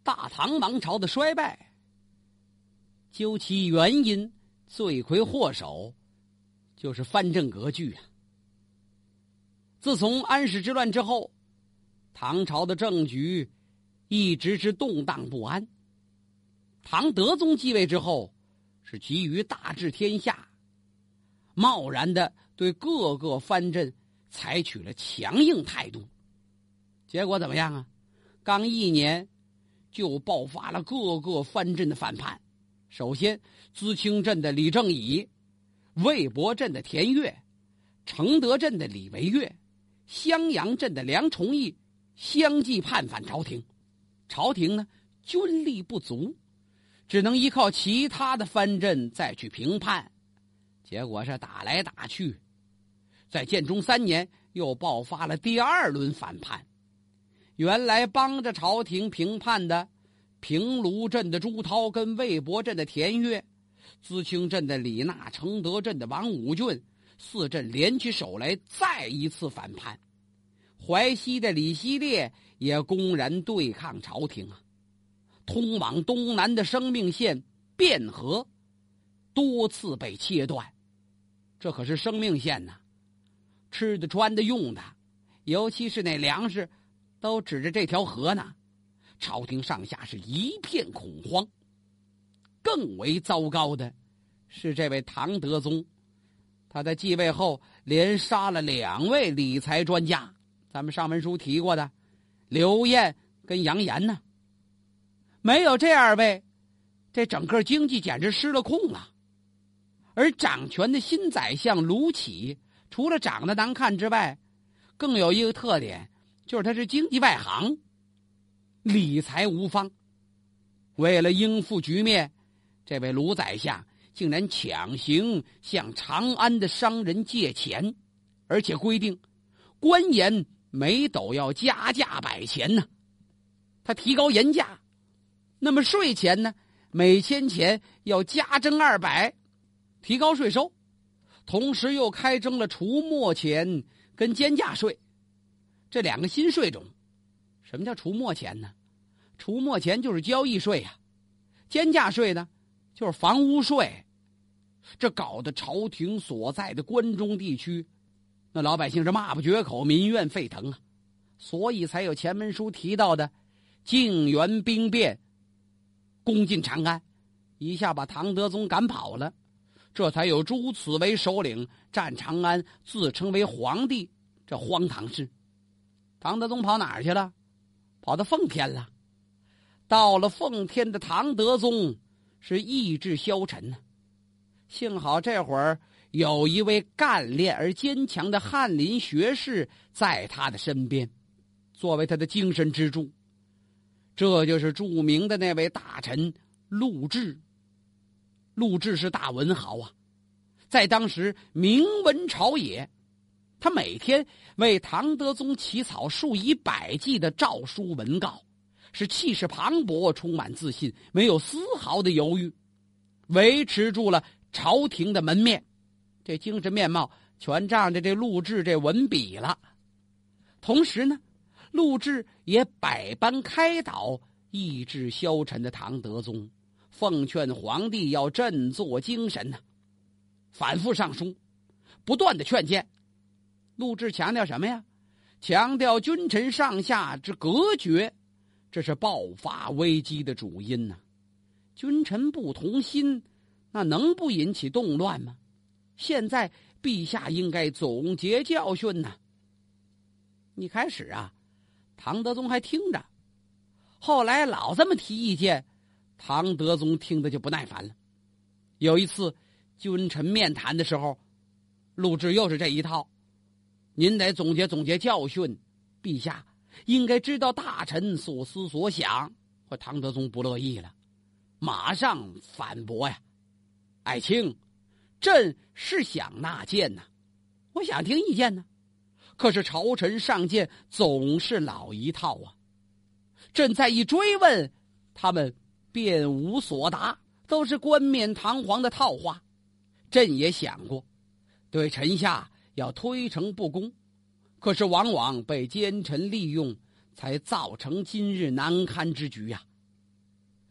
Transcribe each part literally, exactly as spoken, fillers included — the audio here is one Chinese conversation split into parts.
大唐王朝的衰败，究其原因，罪魁祸首就是藩镇割据啊。自从安史之乱之后，唐朝的政局一直是动荡不安。唐德宗继位之后，是急于大治天下，贸然的对各个藩镇采取了强硬态度。结果怎么样啊？刚一年就爆发了各个藩镇的反叛。首先，淄青镇的李正乙，魏博镇的田悦，承德镇的李维岳，襄阳镇的梁崇义相继叛反朝廷。朝廷呢，军力不足，只能依靠其他的藩镇再去平叛。结果是打来打去，在建中三年又爆发了第二轮反叛。原来帮着朝廷平叛的平卢镇的朱涛跟魏博镇的田悦，淄青镇的李纳，承德镇的王武俊，四镇联起手来再一次反叛。淮西的李希烈也公然对抗朝廷啊。通往东南的生命线汴河多次被切断，这可是生命线呐，吃的穿的用的，尤其是那粮食都指着这条河呢。朝廷上下是一片恐慌。更为糟糕的是，这位唐德宗他在继位后连杀了两位理财专家，咱们上文书提过的刘晏跟杨炎呢。没有这二位，这整个经济简直失了控了。而掌权的新宰相卢杞，除了长得难看之外，更有一个特点，就是他是经济外行，理财无方。为了应付局面，这位卢宰相竟然强行向长安的商人借钱，而且规定官盐每斗要加价百钱呢。他提高盐价，那么税钱呢，每千钱要加征二百，提高税收。同时又开征了除没钱跟监价税这两个新税种。什么叫除没钱呢？除没钱就是交易税啊，监价税呢就是房屋税。这搞得朝廷所在的关中地区，那老百姓是骂不绝口，民怨沸腾啊。所以才有前文书提到的泾原兵变，攻进长安，一下把唐德宗赶跑了。这才有朱此为首领占长安，自称为皇帝这荒唐事。唐德宗跑哪儿去了？跑到奉天了。到了奉天的唐德宗是意志消沉呢。幸好这会儿有一位干练而坚强的翰林学士在他的身边，作为他的精神支柱。这就是著名的那位大臣陆贽。陆贽是大文豪啊，在当时名闻朝野。他每天为唐德宗起草数以百计的诏书文告，是气势磅礴，充满自信，没有丝毫的犹豫，维持住了朝廷的门面。这精神面貌全仗着这陆贽这文笔了。同时呢，陆贽也百般开导意志消沉的唐德宗，奉劝皇帝要振作精神呢、啊，反复上书，不断的劝谏。陆贽强调什么呀？强调君臣上下之隔绝，这是爆发危机的主因呢、啊。君臣不同心，那能不引起动乱吗？现在陛下应该总结教训呢、啊。一开始啊，唐德宗还听着，后来老这么提意见，唐德宗听得就不耐烦了。有一次君臣面谈的时候，陆贽又是这一套，您得总结总结教训，陛下应该知道大臣所思所想。或唐德宗不乐意了，马上反驳呀：爱卿，朕是想纳谏呐、啊，我想听意见呢、啊。可是朝臣上谏总是老一套啊，朕再一追问，他们便无所答，都是冠冕堂皇的套话。朕也想过对臣下要推诚不公，可是往往被奸臣利用，才造成今日难堪之局呀、啊。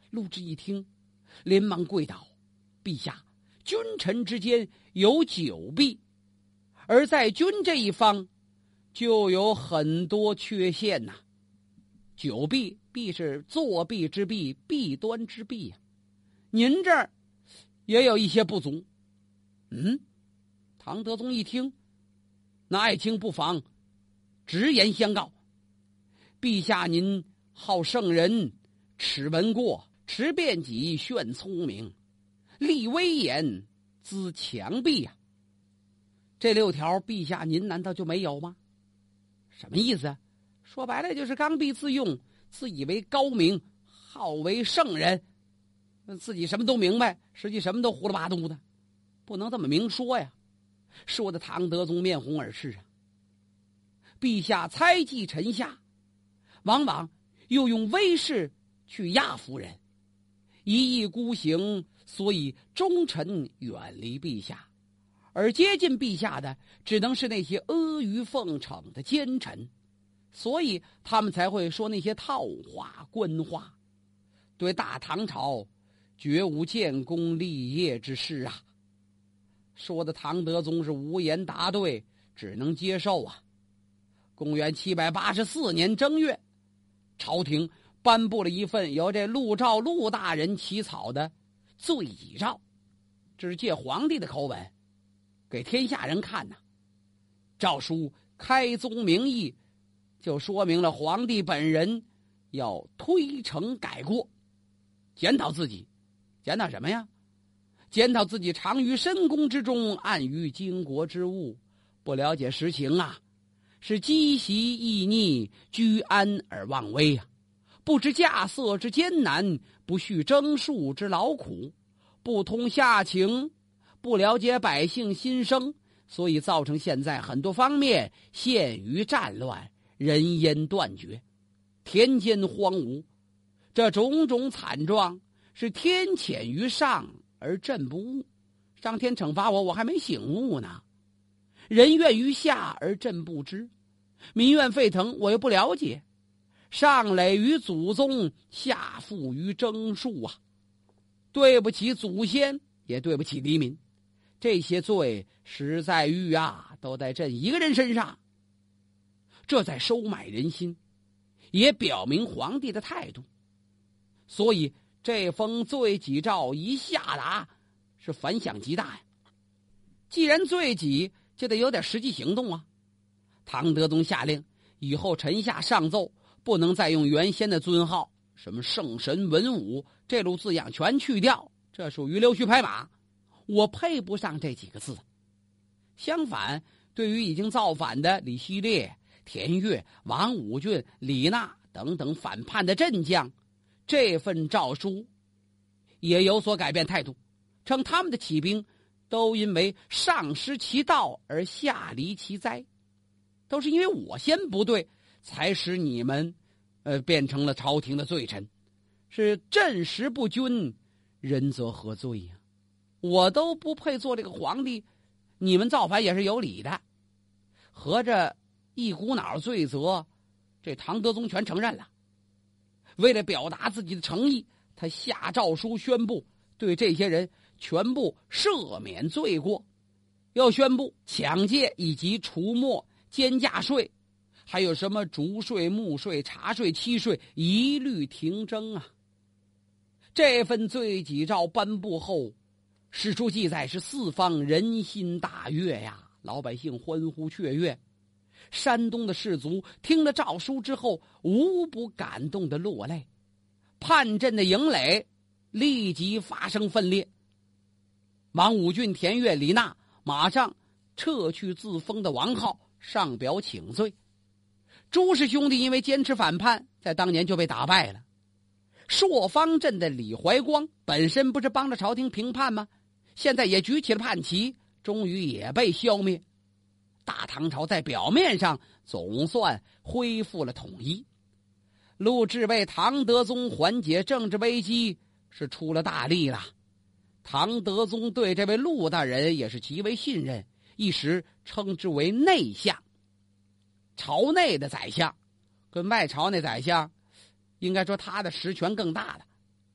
陆贽一听，连忙跪倒：“陛下，君臣之间有九弊，而在君这一方就有很多缺陷呐、啊。九弊，弊是作弊之弊，弊端之弊呀、啊。您这儿也有一些不足。”嗯，唐德宗一听，那爱卿不妨直言相告。陛下您好圣人，耻闻过，持辩己，炫聪明，立威严，滋强弊呀、啊。这六条陛下您难道就没有吗？什么意思？说白了就是刚愎自用，自以为高明，好为圣人，自己什么都明白，实际什么都胡了八嘟的，不能这么明说呀。说的唐德宗面红耳赤啊。陛下猜忌臣下，往往又用威势去压夫人，一意孤行，所以忠臣远离陛下，而接近陛下的只能是那些阿谀奉承的奸臣，所以他们才会说那些套话官话，对大唐朝绝无建功立业之事啊。说的唐德宗是无言答对，只能接受啊。公元七百八十四年正月，朝廷颁布了一份由这陆兆陆大人起草的罪己诏，这是借皇帝的口吻给天下人看呐、啊。诏书开宗明义，就说明了皇帝本人要推诚改过，检讨自己。检讨什么呀？检讨自己长于深宫之中，暗于经国之务，不了解实情啊，是积习易逆，居安而忘危啊，不知稼穑之艰难，不恤征戍之劳苦，不通下情，不了解百姓心声，所以造成现在很多方面陷于战乱，人烟断绝，田间荒芜，这种种惨状是天谴于上而朕不悟，上天惩罚我，我还没醒悟呢；人怨于下而朕不知，民怨沸腾，我又不了解，上累于祖宗，下负于征戍啊！对不起祖先，也对不起黎民，这些罪实在于啊，都在朕一个人身上。这在收买人心，也表明皇帝的态度。所以这封罪己诏一下达，是反响极大呀。既然罪己，就得有点实际行动啊。唐德宗下令，以后臣下上奏不能再用原先的尊号，什么圣神文武这路字样全去掉，这属于溜须拍马，我配不上这几个字。相反，对于已经造反的李希烈、田悦、王武俊、李纳等等反叛的镇将，这份诏书也有所改变态度，称他们的起兵都因为上失其道而下离其灾，都是因为我先不对，才使你们呃变成了朝廷的罪臣，是朕时不均，人则何罪呀、啊？我都不配做这个皇帝，你们造反也是有理的。合着一股脑罪责，这唐德宗全承认了。为了表达自己的诚意，他下诏书宣布对这些人全部赦免罪过，要宣布抢劫以及除没奸价税，还有什么竹税、木税、茶税、契税，一律停征啊！这份罪己诏颁布后，史书记载是四方人心大悦呀，老百姓欢呼雀跃。山东的士卒听了诏书之后，无不感动的落泪，叛阵的营垒立即发生分裂。王武俊、田悦、李纳马上撤去自封的王号，上表请罪。朱氏兄弟因为坚持反叛，在当年就被打败了。朔方镇的李怀光本身不是帮着朝廷平叛吗？现在也举起了叛旗，终于也被消灭。大唐朝在表面上总算恢复了统一。陆贽为唐德宗缓解政治危机是出了大力了。唐德宗对这位陆大人也是极为信任，一时称之为内相。朝内的宰相跟外朝那宰相，应该说他的实权更大了。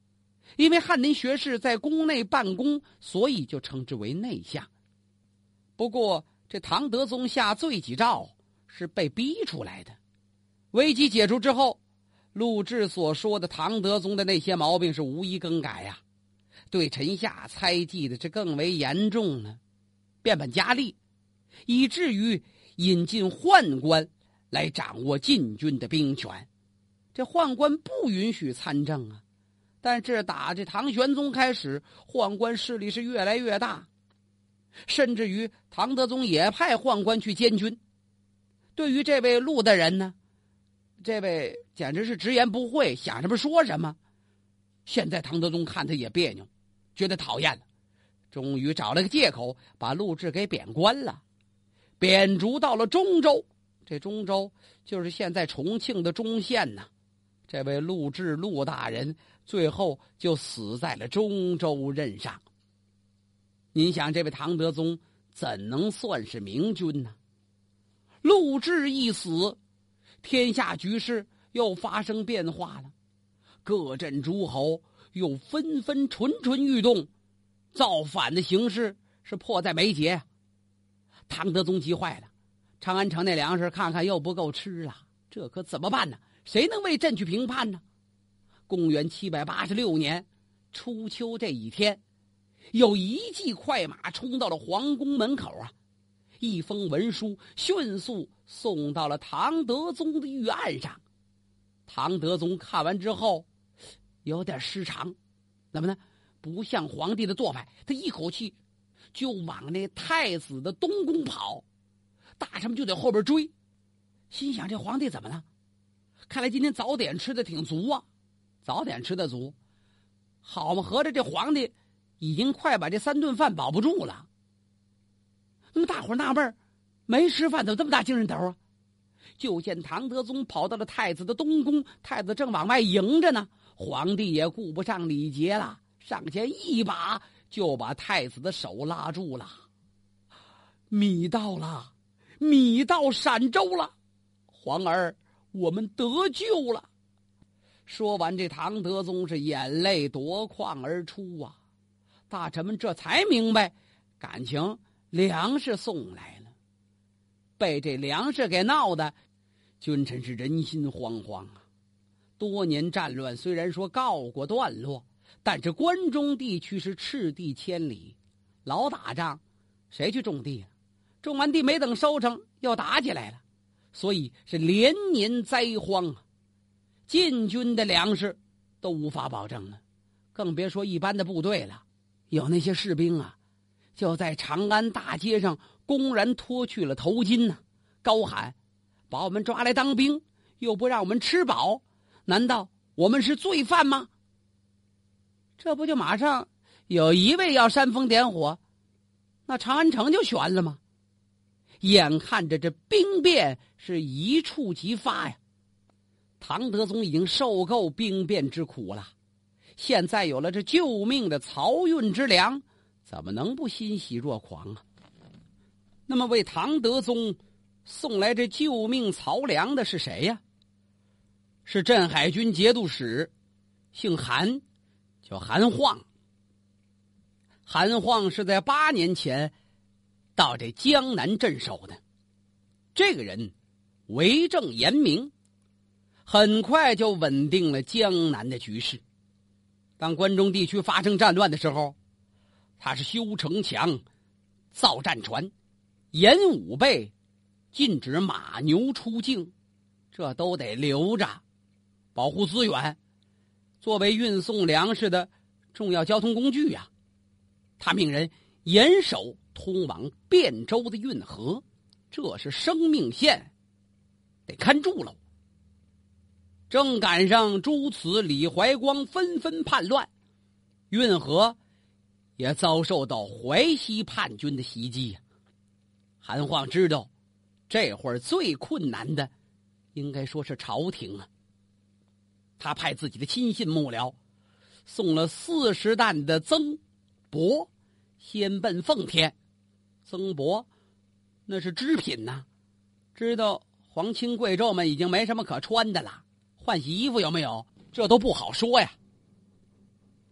因为翰林学士在宫内办公，所以就称之为内相。不过这唐德宗下罪己诏是被逼出来的。危机解除之后，陆贽所说的唐德宗的那些毛病是无一更改呀、啊，对臣下猜忌的这更为严重呢，变本加厉，以至于引进宦官来掌握禁军的兵权。这宦官不允许参政啊，但是打这唐玄宗开始，宦官势力是越来越大，甚至于唐德宗也派宦官去监军。对于这位陆大人呢，这位简直是直言不讳，想什么说什么。现在唐德宗看他也别扭，觉得讨厌了，终于找了个借口把陆贽给贬官了，贬逐到了中州。这中州就是现在重庆的忠县呐。这位陆贽陆大人最后就死在了中州任上。您想，这位唐德宗怎能算是明君呢？陆贽一死，天下局势又发生变化了，各镇诸侯又纷纷蠢蠢欲动，造反的形势是迫在眉睫。唐德宗急坏了，长安城那粮食看看又不够吃了，这可怎么办呢？谁能为朕去评判呢？公元七百八十六年初秋这一天，有一骑快马冲到了皇宫门口啊，一封文书迅速送到了唐德宗的御案上。唐德宗看完之后有点失常，怎么呢？不像皇帝的做派，他一口气就往那太子的东宫跑，大臣们就在后边追，心想这皇帝怎么了？看来今天早点吃的挺足啊，早点吃的足，好嘛，合着这皇帝已经快把这三顿饭保不住了。那么大伙纳闷，没吃饭怎么这么大精神头啊？就见唐德宗跑到了太子的东宫，太子正往外迎着呢，皇帝也顾不上礼节了，上前一把就把太子的手拉住了。米到了，米到陕州了，皇儿，我们得救了。说完，这唐德宗是眼泪夺眶而出啊！大臣们这才明白，感情粮食送来了。被这粮食给闹的，君臣是人心惶惶啊！多年战乱虽然说告过段落，但是关中地区是赤地千里，老打仗，谁去种地啊？种完地没等收成，又打起来了。所以是连年灾荒啊，禁军的粮食都无法保证了，更别说一般的部队了。有那些士兵啊，就在长安大街上公然脱去了头巾呢、啊，高喊把我们抓来当兵，又不让我们吃饱，难道我们是罪犯吗？这不就马上有一位要煽风点火，那长安城就悬了吗？眼看着这兵变是一触即发呀，唐德宗已经受够兵变之苦了，现在有了这救命的漕运之粮，怎么能不欣喜若狂啊？那么为唐德宗送来这救命漕粮的是谁呀？是镇海军节度使，姓韩，叫韩晃。韩晃是在八年前到这江南镇守的，这个人为政严明，很快就稳定了江南的局势。当关中地区发生战乱的时候，他是修城墙、造战船、严武备，禁止马牛出境，这都得留着，保护资源，作为运送粮食的重要交通工具呀、啊。他命人严守通往汴州的运河，这是生命线，得看住了。正赶上诸此李怀光纷纷叛乱，运河也遭受到淮西叛军的袭击呀、啊。韩晃知道这会儿最困难的应该说是朝廷啊，他派自己的亲信幕僚送了四十担的曾帛先奔奉天。曾帛那是织品呐、啊，知道皇亲贵胄们已经没什么可穿的了，换洗衣服有没有？这都不好说呀。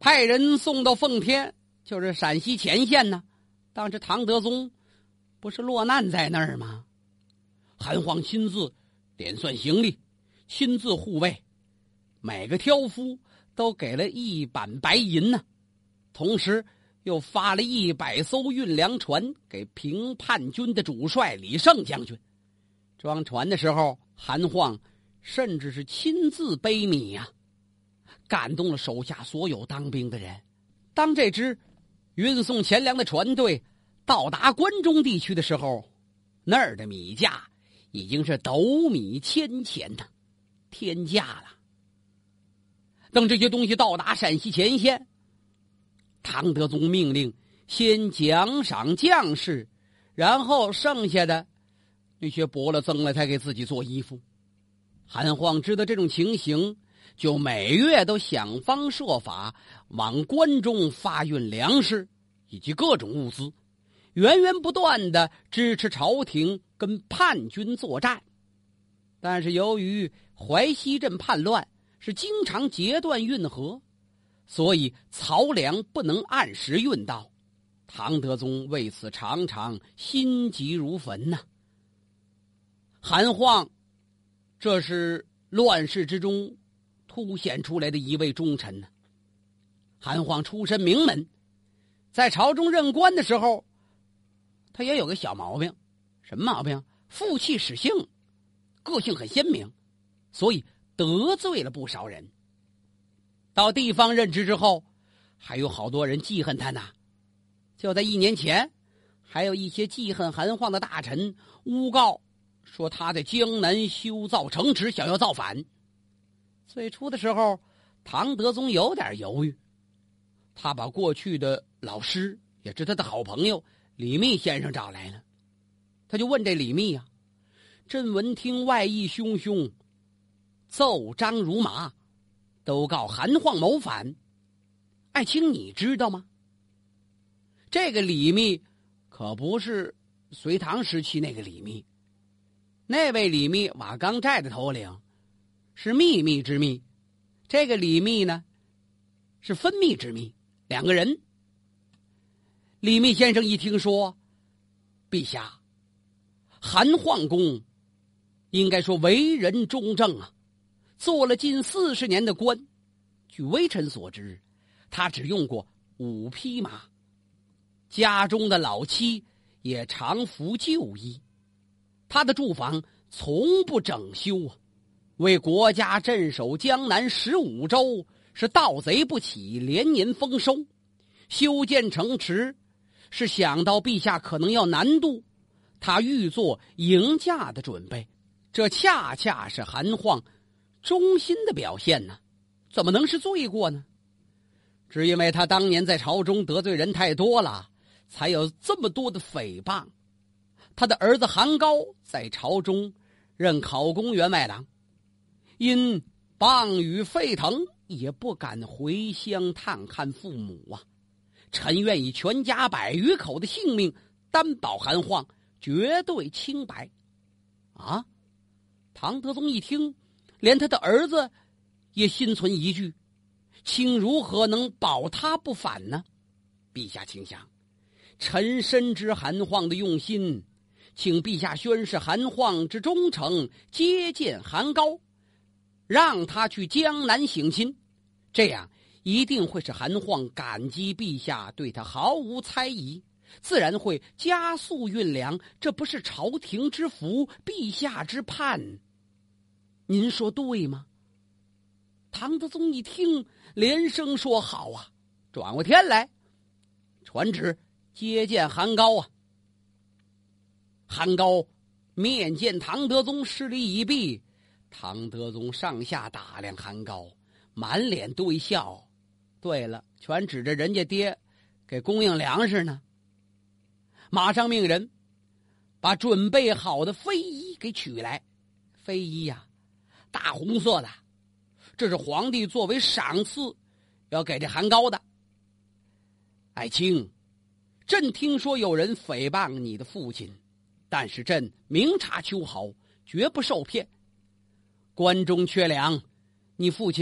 派人送到奉天，就是陕西前线呢。当时唐德宗不是落难在那儿吗？韩晃亲自点算行李，亲自护卫，每个挑夫都给了一板白银呢，同时又发了一百艘运粮船给平叛军的主帅李胜将军。装船的时候，韩晃甚至是亲自背米呀、啊，感动了手下所有当兵的人。当这支运送钱粮的船队到达关中地区的时候，那儿的米价已经是斗米千钱呢，天价了。等这些东西到达陕西前线，唐德宗命令先奖赏将士，然后剩下的那些薄了增了才给自己做衣服。韩晃知道这种情形，就每月都想方设法往关中发运粮食以及各种物资，源源不断的支持朝廷跟叛军作战。但是由于淮西镇叛乱是经常截断运河，所以漕粮不能按时运到，唐德宗为此常常心急如焚呐、啊。韩晃这是乱世之中凸显出来的一位忠臣呢。韩晃出身名门，在朝中任官的时候，他也有个小毛病。什么毛病？负气使性，个性很鲜明，所以得罪了不少人。到地方任职之后，还有好多人记恨他呢。就在一年前，还有一些记恨韩晃的大臣诬告说他在江南修造城池，想要造反。最初的时候，唐德宗有点犹豫，他把过去的老师，也是他的好朋友李密先生找来了。他就问这李密啊，朕闻听外议汹汹，奏章如麻，都告韩晃谋反，爱卿你知道吗？这个李密可不是隋唐时期那个李密，那位李密瓦岗寨的头领是秘密之密，这个李密呢是分密之密，两个人。李密先生一听说，陛下，韩晃公应该说为人忠正啊，做了近四十年的官。据微臣所知，他只用过五匹马，家中的老妻也常服旧衣，他的住房从不整修啊，为国家镇守江南十五州，是盗贼不起，连年丰收。修建城池是想到陛下可能要南渡，他预做迎驾的准备，这恰恰是韩晃忠心的表现呢，怎么能是罪过呢？只因为他当年在朝中得罪人太多了，才有这么多的诽谤。他的儿子韩高在朝中任考功员外郎，因谤语沸腾，也不敢回乡探看父母啊。臣愿以全家百余口的性命担保韩晃绝对清白。啊！唐德宗一听，连他的儿子也心存疑惧，卿如何能保他不反呢？陛下请想，臣深知韩晃的用心，请陛下宣示韩晃之忠诚，接见韩高，让他去江南省亲，这样一定会使韩晃感激陛下对他毫无猜疑，自然会加速运粮，这不是朝廷之福，陛下之盼。您说对吗？唐德宗一听，连声说好啊，转过天来传旨接见韩高啊。韩高面见唐德宗，施礼已毕，唐德宗上下打量韩高，满脸堆笑。对了，全指着人家爹给供应粮食呢。马上命人把准备好的飞衣给取来。飞衣呀、啊，大红色的，这是皇帝作为赏赐要给这韩高的。爱卿，朕听说有人诽谤你的父亲，但是朕明察秋毫，绝不受骗。关中缺粮，你父亲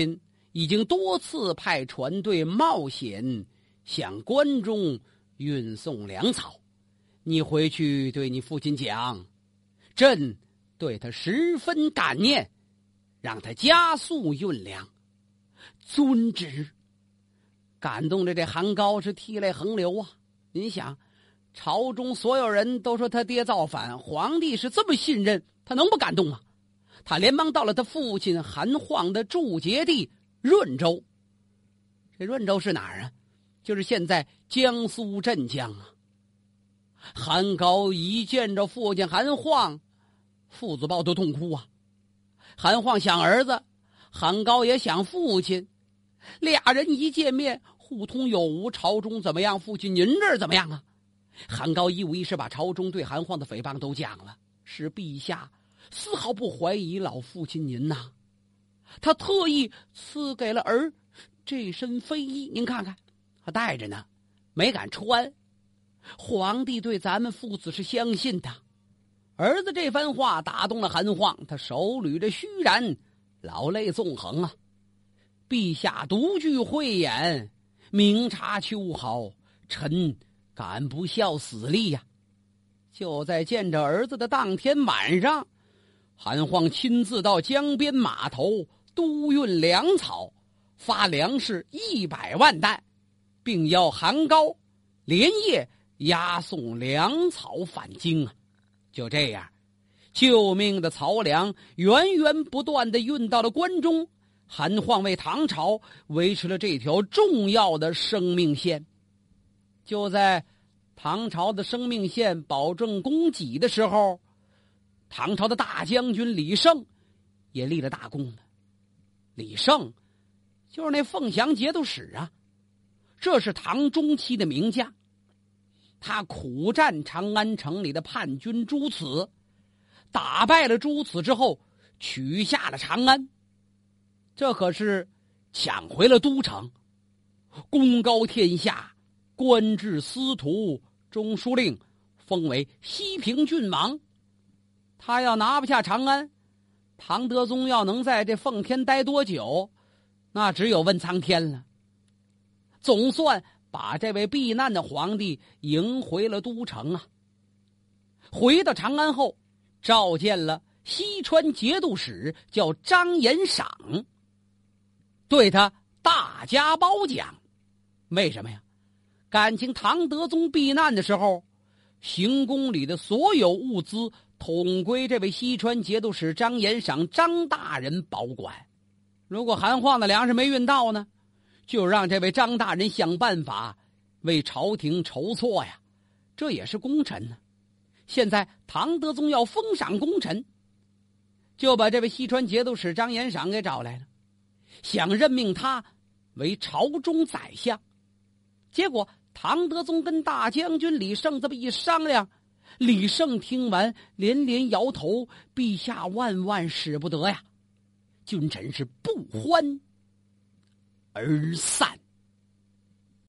已经多次派船队冒险向关中运送粮草。你回去对你父亲讲，朕对他十分感念，让他加速运粮。遵旨。感动的这韩高是涕泪横流啊！您想，朝中所有人都说他爹造反，皇帝是这么信任，他能不感动吗？他连忙到了他父亲韩晃的驻节地润州。这润州是哪儿啊？就是现在江苏镇江啊。韩高一见着父亲韩晃，父子抱头痛哭啊。韩晃想儿子，韩高也想父亲，俩人一见面互通有无。朝中怎么样？父亲您这儿怎么样啊？韩高一五一十把朝中对韩晃的诽谤都讲了。是陛下丝毫不怀疑老父亲您呐、啊，他特意赐给了儿这身飞衣，您看看，他带着呢，没敢穿。皇帝对咱们父子是相信的。儿子这番话打动了韩晃，他手捋着须髯，老泪纵横啊！陛下独具慧眼，明察秋毫，臣敢不效死力呀、啊！就在见着儿子的当天晚上，韩晃亲自到江边码头督运粮草，发粮食一百万担，并要韩高连夜押送粮草返京啊！就这样，救命的漕粮源源不断地运到了关中。韩晃为唐朝维持了这条重要的生命线。就在唐朝的生命线保证供给的时候，唐朝的大将军李胜也立了大功了。李胜就是那凤翔节度使啊，这是唐中期的名将。他苦战长安城里的叛军朱此，打败了朱此之后，取下了长安，这可是抢回了都城，功高天下，官至司徒、中书令，封为西平郡王。他要拿不下长安，唐德宗要能在这奉天待多久，那只有问苍天了。总算把这位避难的皇帝迎回了都城啊！回到长安后，召见了西川节度使，叫张延赏，对他大加褒奖。为什么呀？感情唐德宗避难的时候，行宫里的所有物资统归这位西川节度使张延赏张大人保管。如果韩晃的粮食没运到呢，就让这位张大人想办法为朝廷筹措呀，这也是功臣呢。现在唐德宗要封赏功臣，就把这位西川节度使张延赏给找来了，想任命他为朝中宰相。结果唐德宗跟大将军李胜这么一商量，李胜听完连连摇头，陛下万万使不得呀！君臣是不欢而散。